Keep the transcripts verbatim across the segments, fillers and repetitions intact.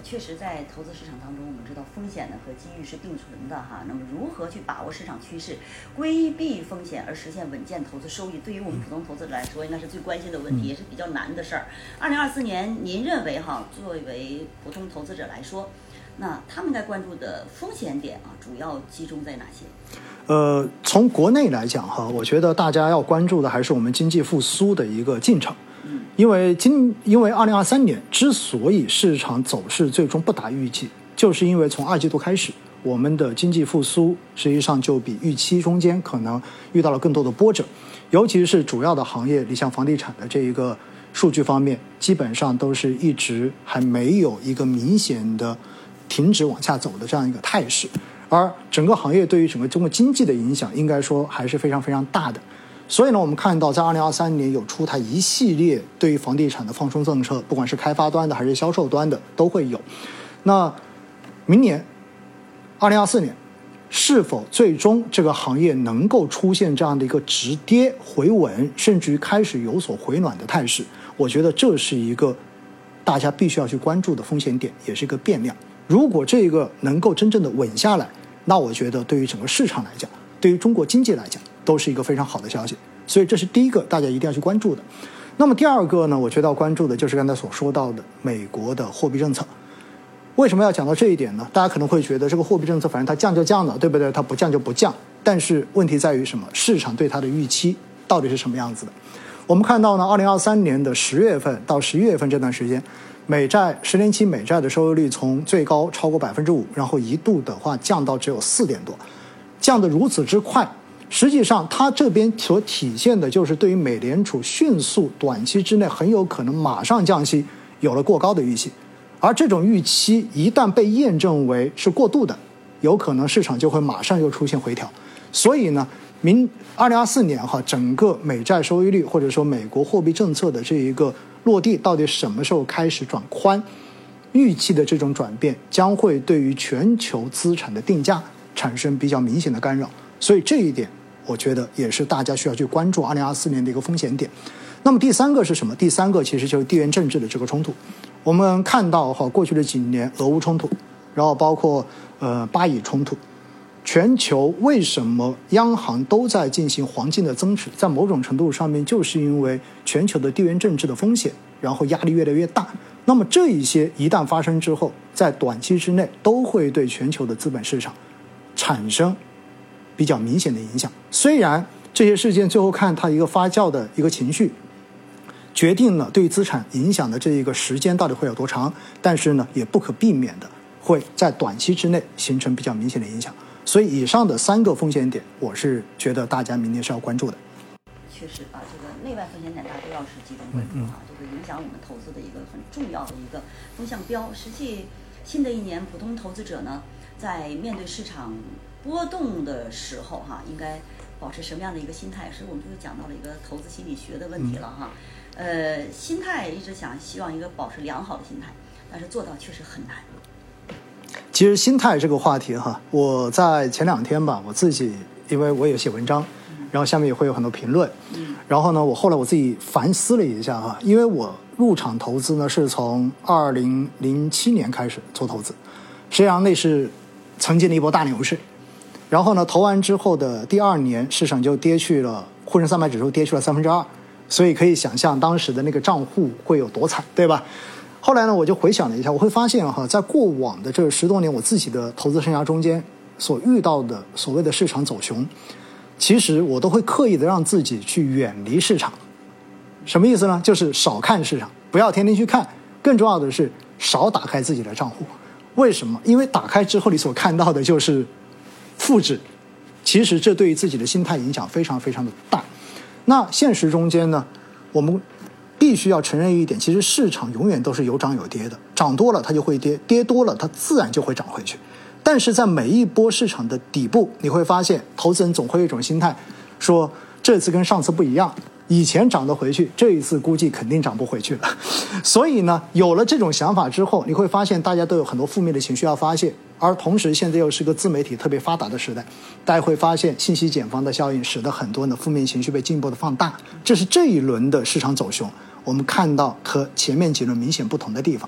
确实在投资市场当中，我们知道风险呢和机遇是并存的哈。那么如何去把握市场趋势，规避风险而实现稳健投资收益，对于我们普通投资者来说，应该是最关心的问题，也是比较难的事儿。二零二四年，您认为哈，作为普通投资者来说，那他们应该关注的风险点啊，主要集中在哪些？ 呃，从国内来讲哈，我觉得大家要关注的还是我们经济复苏的一个进程。因为今因为二零二三年之所以市场走势最终不达预期，就是因为从二季度开始，我们的经济复苏实际上就比预期中间可能遇到了更多的波折，尤其是主要的行业，你像房地产的这一个数据方面，基本上都是一直还没有一个明显的停止往下走的这样一个态势，而整个行业对于整个中国经济的影响，应该说还是非常非常大的。所以呢，我们看到在二零二三年有出台一系列对于房地产的放松政策，不管是开发端的还是销售端的都会有。那明年二零二四年是否最终这个行业能够出现这样的一个止跌回稳，甚至于开始有所回暖的态势，我觉得这是一个大家必须要去关注的风险点，也是一个变量。如果这个能够真正的稳下来，那我觉得对于整个市场来讲，对于中国经济来讲，都是一个非常好的消息。所以这是第一个大家一定要去关注的。那么第二个呢，我觉得要关注的就是刚才所说到的美国的货币政策。为什么要讲到这一点呢？大家可能会觉得这个货币政策反正它降就降了，对不对？它不降就不降。但是问题在于什么？市场对它的预期到底是什么样子的？我们看到呢，二零二三年的十月份到十一月份这段时间，美债十年期美债的收益率从最高超过百分之五，然后一度的话降到只有四点多，降得如此之快。实际上它这边所体现的就是对于美联储迅速短期之内很有可能马上降息有了过高的预期，而这种预期一旦被验证为是过度的，有可能市场就会马上又出现回调。所以呢，明二零二四年哈，整个美债收益率或者说美国货币政策的这一个落地到底什么时候开始转宽，预期的这种转变将会对于全球资产的定价产生比较明显的干扰。所以这一点我觉得也是大家需要去关注二零二四年的一个风险点。那么第三个是什么？第三个其实就是地缘政治的这个冲突。我们看到哈，过去的几年俄乌冲突，然后包括呃巴以冲突，全球为什么央行都在进行黄金的增持？在某种程度上面，就是因为全球的地缘政治的风险，然后压力越来越大。那么这一些一旦发生之后，在短期之内都会对全球的资本市场产生比较明显的影响。虽然这些事件最后看它一个发酵的一个情绪决定了对于资产影响的这一个时间到底会有多长，但是呢也不可避免的会在短期之内形成比较明显的影响。所以以上的三个风险点，我是觉得大家明年是要关注的。 确实啊，这个内外风险点大家都要是集中关注啊，这个影响我们投资的一个很重要的一个风向标。实际新的一年，普通投资者呢，在面对市场波动的时候哈，应该保持什么样的一个心态？所以我们就讲到了一个投资心理学的问题了哈。呃，心态一直想希望一个保持良好的心态，但是做到确实很难。 其实心态这个话题哈，我在前两天吧，我自己因为我也写文章，然后下面也会有很多评论，然后呢，我后来我自己反思了一下哈，因为我入场投资呢是从二零零七年开始做投资，实际上那是曾经的一波大牛市，然后呢，投完之后的第二年，市场就跌去了沪深三百指数跌去了三分之二，所以可以想象当时的那个账户会有多惨，对吧？后来呢，我就回想了一下，我会发现哈，在过往的这十多年我自己的投资生涯中间所遇到的所谓的市场走熊，其实我都会刻意的让自己去远离市场。什么意思呢？就是少看市场，不要天天去看，更重要的是少打开自己的账户。为什么？因为打开之后你所看到的就是负值，其实这对于自己的心态影响非常非常的大。那现实中间呢，我们必须要承认一点，其实市场永远都是有涨有跌的，涨多了它就会跌，跌多了它自然就会涨回去。但是在每一波市场的底部，你会发现投资人总会有一种心态，说这次跟上次不一样，以前涨得回去，这一次估计肯定涨不回去了。所以呢，有了这种想法之后，你会发现大家都有很多负面的情绪要发泄，而同时现在又是个自媒体特别发达的时代，大家会发现信息茧房的效应使得很多的负面情绪被进一步的放大，这是这一轮的市场走熊我们看到和前面几轮明显不同的地方。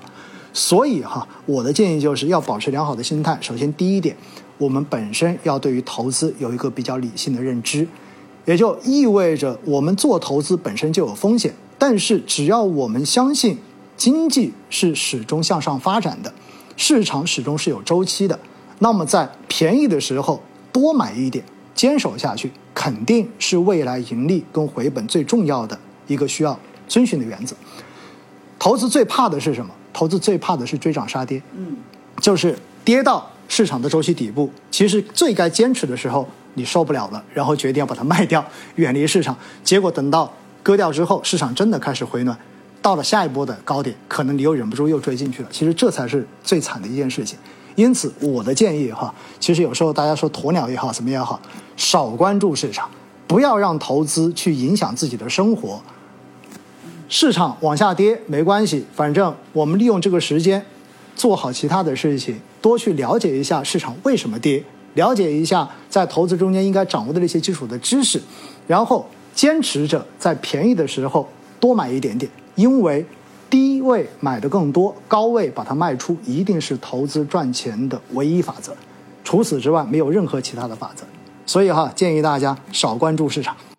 所以哈，我的建议就是要保持良好的心态。首先第一点，我们本身要对于投资有一个比较理性的认知，也就意味着我们做投资本身就有风险，但是只要我们相信经济是始终向上发展的，市场始终是有周期的，那么在便宜的时候多买一点，坚守下去，肯定是未来盈利跟回本最重要的一个需要遵循的原则。投资最怕的是什么？投资最怕的是追涨杀跌， 嗯， 就是跌到市场的周期底部，其实最该坚持的时候你受不了了，然后决定要把它卖掉，远离市场，结果等到割掉之后，市场真的开始回暖，到了下一波的高点，可能你又忍不住又追进去了，其实这才是最惨的一件事情。因此我的建议哈，其实有时候大家说鸵鸟也好怎么也好，少关注市场，不要让投资去影响自己的生活。市场往下跌没关系，反正我们利用这个时间做好其他的事情，多去了解一下市场为什么跌，了解一下在投资中间应该掌握的那些基础的知识，然后坚持着在便宜的时候多买一点点，因为低位买的更多，高位把它卖出，一定是投资赚钱的唯一法则，除此之外没有任何其他的法则。所以哈，建议大家少关注市场。